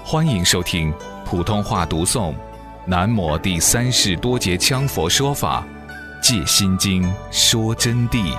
欢迎收听普通话读诵南摩第三世多杰羌佛说法戒心经说真谛。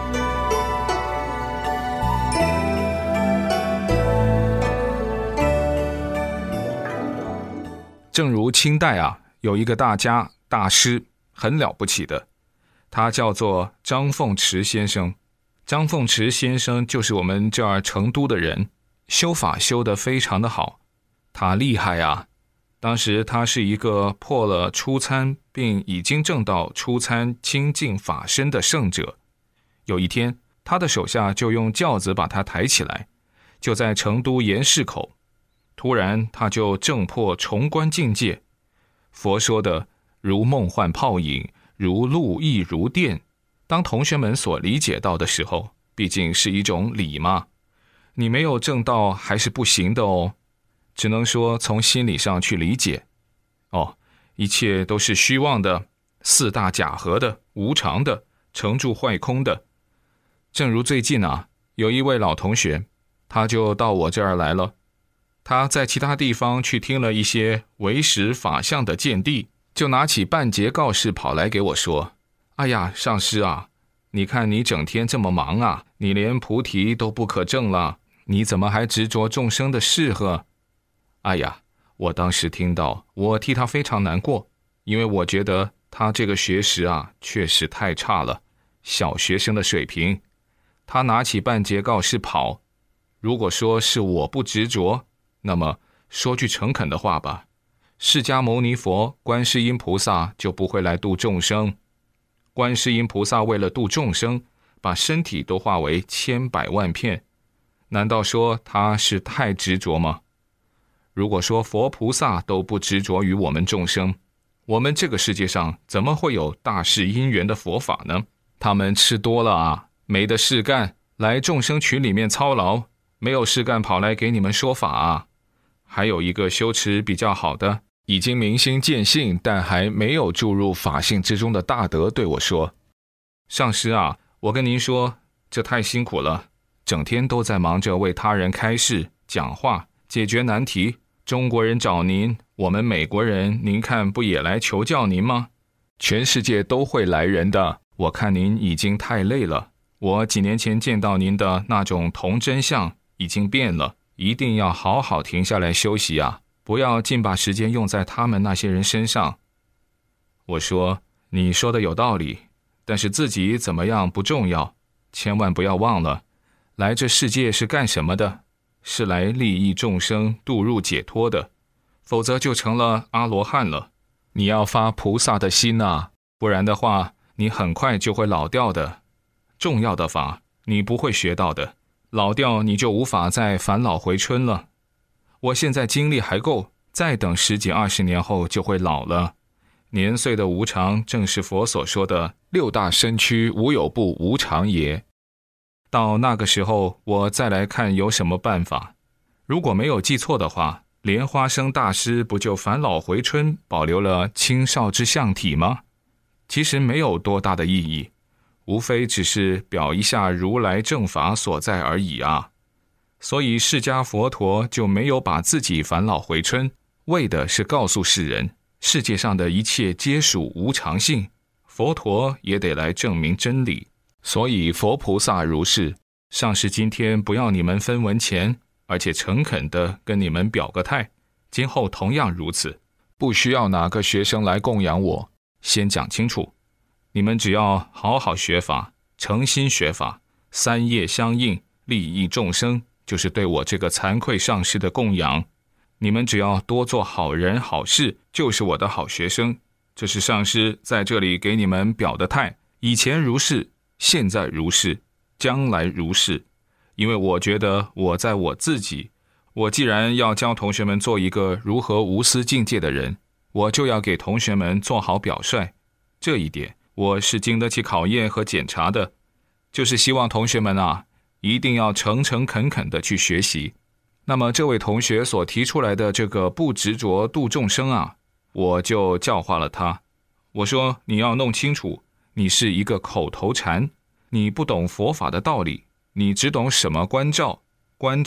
正如清代有一个大家大师很了不起的，他叫做张凤池先生。张凤池先生就是我们这儿成都的人，修法修得非常的好。他厉害啊！当时他是一个破了初参并已经证到初参清净法身的圣者。有一天，他的手下就用轿子把他抬起来，就在成都盐市口。突然他就证破重观境界，佛说的如梦幻泡影，如露亦如电。当同学们所理解到的时候，毕竟是一种理嘛，你没有证到还是不行的哦。只能说从心理上去理解。一切都是虚妄的，四大假合的，无常的，成住坏空的。正如最近有一位老同学，他就到我这儿来了。他在其他地方去听了一些唯识法相的见地，就拿起半截告示跑来给我说：哎呀，上师啊，你看你整天这么忙你连菩提都不可证了，你怎么还执着众生的事呵？哎呀，我当时听到，我替他非常难过，因为我觉得他这个学识确实太差了，小学生的水平。他拿起半截告示跑。如果说是我不执着，那么说句诚恳的话吧，释迦牟尼佛、观世音菩萨就不会来度众生。观世音菩萨为了度众生，把身体都化为千百万片，难道说他是太执着吗？如果说佛菩萨都不执着于我们众生，我们这个世界上怎么会有大事因缘的佛法呢？他们吃多了没得事干，来众生群里面操劳，没有事干跑来给你们说法还有一个修持比较好的，已经明心见性但还没有注入法性之中的大德对我说：上师我跟您说，这太辛苦了，整天都在忙着为他人开示、讲话、解决难题。中国人找您，我们美国人您看不也来求教您吗？全世界都会来人的，我看您已经太累了。我几年前见到您的那种童真相已经变了，一定要好好停下来休息不要尽把时间用在他们那些人身上。我说，你说的有道理，但是自己怎么样不重要，千万不要忘了，来这世界是干什么的？是来利益众生、度入解脱的，否则就成了阿罗汉了。你要发菩萨的心不然的话，你很快就会老掉的。重要的法你不会学到的，老掉你就无法再返老回春了。我现在精力还够，再等10几20年后就会老了。年岁的无常正是佛所说的六大身躯无有不无常也。到那个时候我再来看有什么办法。如果没有记错的话，莲花生大师不就返老回春，保留了青少之相体吗？其实没有多大的意义，无非只是表一下如来正法所在而已所以释迦佛陀就没有把自己返老回春，为的是告诉世人，世界上的一切皆属无常性，佛陀也得来证明真理。所以佛菩萨如是，上师今天不要你们分文钱，而且诚恳地跟你们表个态，今后同样如此，不需要哪个学生来供养我。先讲清楚，你们只要好好学法，诚心学法，三业相应，利益众生，就是对我这个惭愧上师的供养。你们只要多做好人好事，就是我的好学生。这是上师在这里给你们表的态，以前如是，现在如是，将来如是。因为我觉得我在我自己，我既然要教同学们做一个如何无私境界的人，我就要给同学们做好表率。这一点我是经得起考验和检查的，就是希望同学们一定要诚诚恳恳地去学习。那么这位同学所提出来的这个不执着度众生我就教化了他。我说，你要弄清楚，你是一个口头禅，你不懂佛法的道理，你只懂什么关照。关照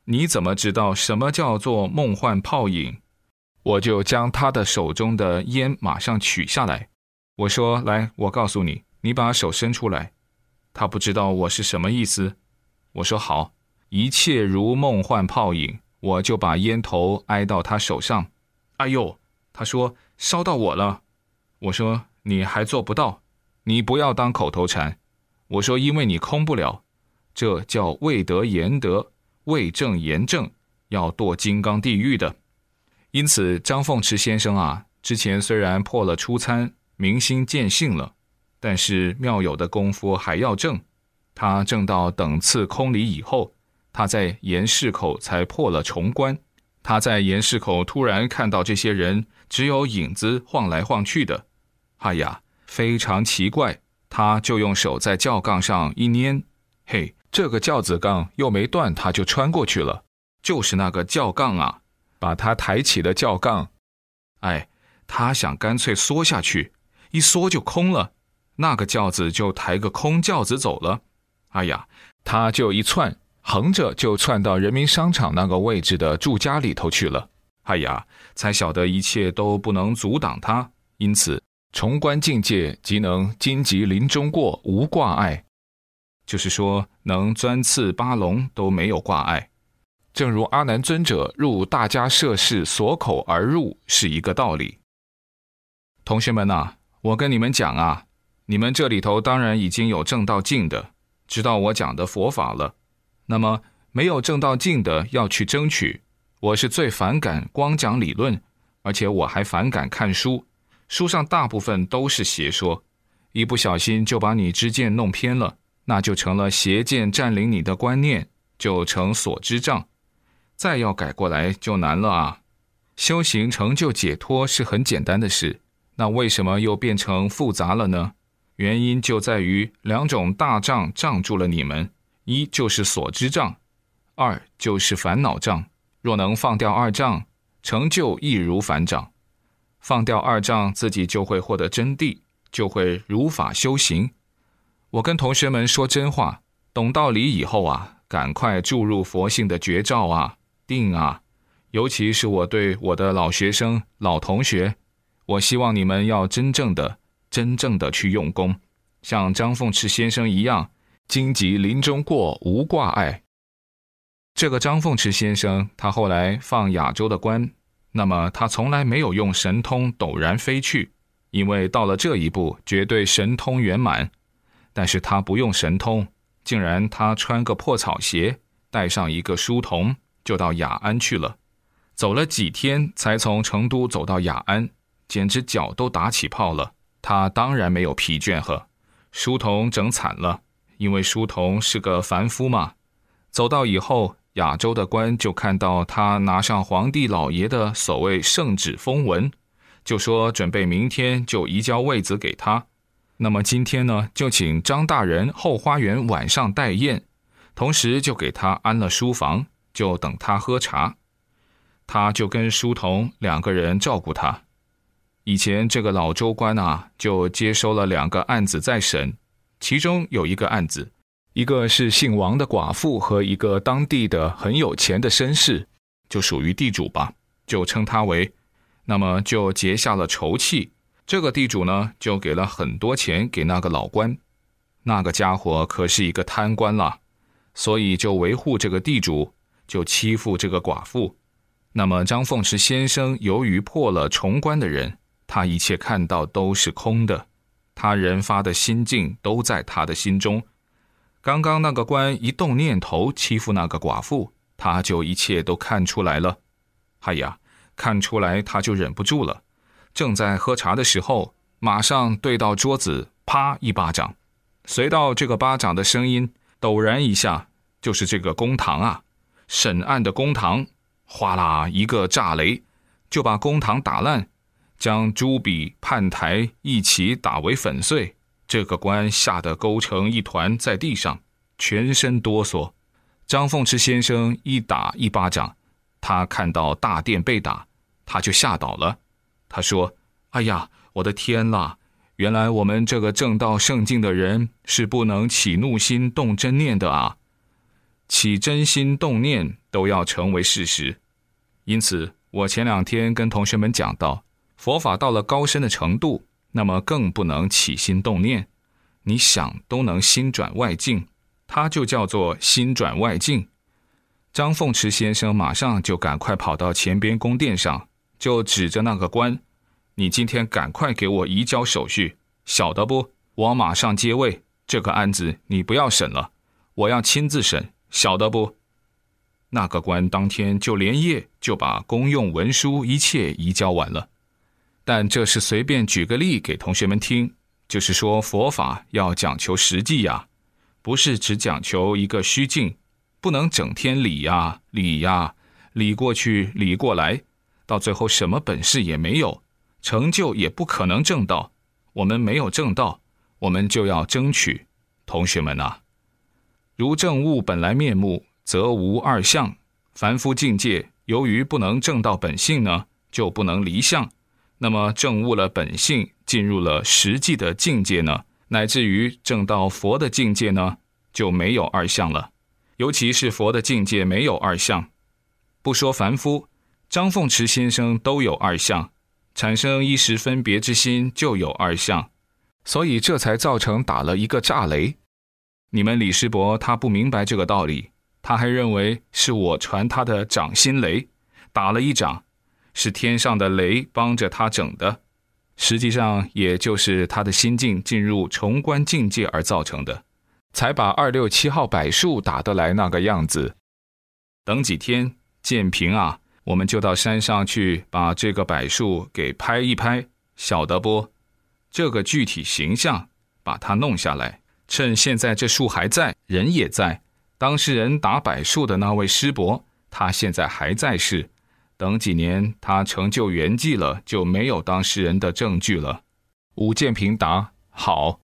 你怎么知道什么叫做梦幻泡影？我就将他的手中的烟马上取下来，我说，来，我告诉你，你把手伸出来。他不知道我是什么意思。我说好，一切如梦幻泡影，我就把烟头挨到他手上。哎呦，他说烧到我了。我说你还做不到，你不要当口头禅。我说因为你空不了，这叫未得言得，未正言正，要堕金刚地狱的。因此张凤池先生啊，之前虽然破了初参，明心见性了，但是妙有的功夫还要正。他正到等次空理以后，他在岩室口才破了重关。他在岩室口突然看到这些人只有影子晃来晃去的，哎呀，非常奇怪。他就用手在轿杠上一拈，嘿，这个轿子杠又没断，他就穿过去了。就是那个轿杠啊，把他抬起的轿杠，哎，他想干脆缩下去，一缩就空了，那个轿子就抬个空轿子走了。哎呀，他就一窜，横着就窜到人民商场那个位置的住家里头去了。哎呀，才晓得一切都不能阻挡他，因此重关境界即能荆棘林中过，无挂碍，就是说能钻刺八龙都没有挂碍。正如阿难尊者入大家舍室锁口而入是一个道理。同学们啊，我跟你们讲啊，你们这里头当然已经有证到净的，知道我讲的佛法了。那么没有证到净的要去争取，我是最反感光讲理论，而且我还反感看书，书上大部分都是邪说，一不小心就把你知见弄偏了，那就成了邪见占领你的观念，就成所知障，再要改过来就难了啊。修行成就解脱是很简单的事，那为什么又变成复杂了呢？原因就在于两种大障障住了你们，一就是所知障，二就是烦恼障。若能放掉二障，成就易如反掌。放掉二障，自己就会获得真谛，就会如法修行。我跟同学们说真话，懂道理以后啊，赶快注入佛性的绝招啊，定啊。尤其是我对我的老学生、老同学，我希望你们要真正的去用功，像张凤池先生一样，荆棘林中过，无挂碍。这个张凤池先生，他后来放亚洲的官，那么他从来没有用神通陡然飞去，因为到了这一步，绝对神通圆满。但是他不用神通，竟然他穿个破草鞋，带上一个书童，就到雅安去了。走了几天，才从成都走到雅安，简直脚都打起泡了。他当然没有疲倦呵，书童整惨了，因为书童是个凡夫嘛。走到以后，亚洲的官就看到他拿上皇帝老爷的所谓圣旨封文，就说准备明天就移交位子给他。那么今天呢，就请张大人后花园晚上待宴，同时就给他安了书房，就等他喝茶。他就跟书童两个人照顾他。以前这个老州官啊，就接收了2个案子在审，其中有一个案子，一个是姓王的寡妇和一个当地的很有钱的绅士，就属于地主吧，就称他为，那么就结下了仇气。这个地主呢，就给了很多钱给那个老官，那个家伙可是一个贪官了，所以就维护这个地主，就欺负这个寡妇。那么张凤池先生由于破了重关的人，他一切看到都是空的，他人发的心境都在他的心中。刚刚那个官一动念头欺负那个寡妇，他就一切都看出来了。哎呀，看出来他就忍不住了，正在喝茶的时候，马上对到桌子，啪一巴掌，随到这个巴掌的声音，陡然一下，就是这个公堂啊，审案的公堂，哗啦一个炸雷，就把公堂打烂，将朱笔判台一起打为粉碎。这个官吓得勾成一团在地上，全身哆嗦。张凤池先生一打一巴掌，他看到大殿被打，他就吓倒了。他说，哎呀，我的天啦，原来我们这个正道圣境的人是不能起怒心动真念的啊。 起真心动念都要成为事实。因此我前2天跟同学们讲到，佛法到了高深的程度，那么更不能起心动念，你想都能心转外境，它就叫做心转外境。张凤池先生马上就赶快跑到前边宫殿上，就指着那个官，你今天赶快给我移交手续，晓得不？我马上接位，这个案子你不要审了，我要亲自审，晓得不？那个官当天就连夜就把公用文书一切移交完了。但这是随便举个例给同学们听，就是说佛法要讲求实际呀，不是只讲求一个虚境，不能整天理呀理呀，理过去理过来，到最后什么本事也没有，成就也不可能证道。我们没有证道，我们就要争取。同学们啊，如证悟本来面目，则无二相。凡夫境界由于不能证到本性呢，就不能离相。那么证悟了本性，进入了实际的境界呢，乃至于证到佛的境界呢，就没有二相了。尤其是佛的境界没有二相，不说凡夫，张凤池先生都有二相，产生一时分别之心就有二相，所以这才造成打了一个炸雷。你们李师伯他不明白这个道理，他还认为是我传他的掌心雷，打了一掌，是天上的雷帮着他整的，实际上也就是他的心境进入重观境界而造成的，才把267号柏树打得来那个样子。等几天建平啊，我们就到山上去把这个柏树给拍一拍，晓得不？这个具体形象把它弄下来，趁现在这树还在，人也在，当事人打柏树的那位师伯，他现在还在世，等几年他成就圆寂了，就没有当事人的证据了。武建平答：好。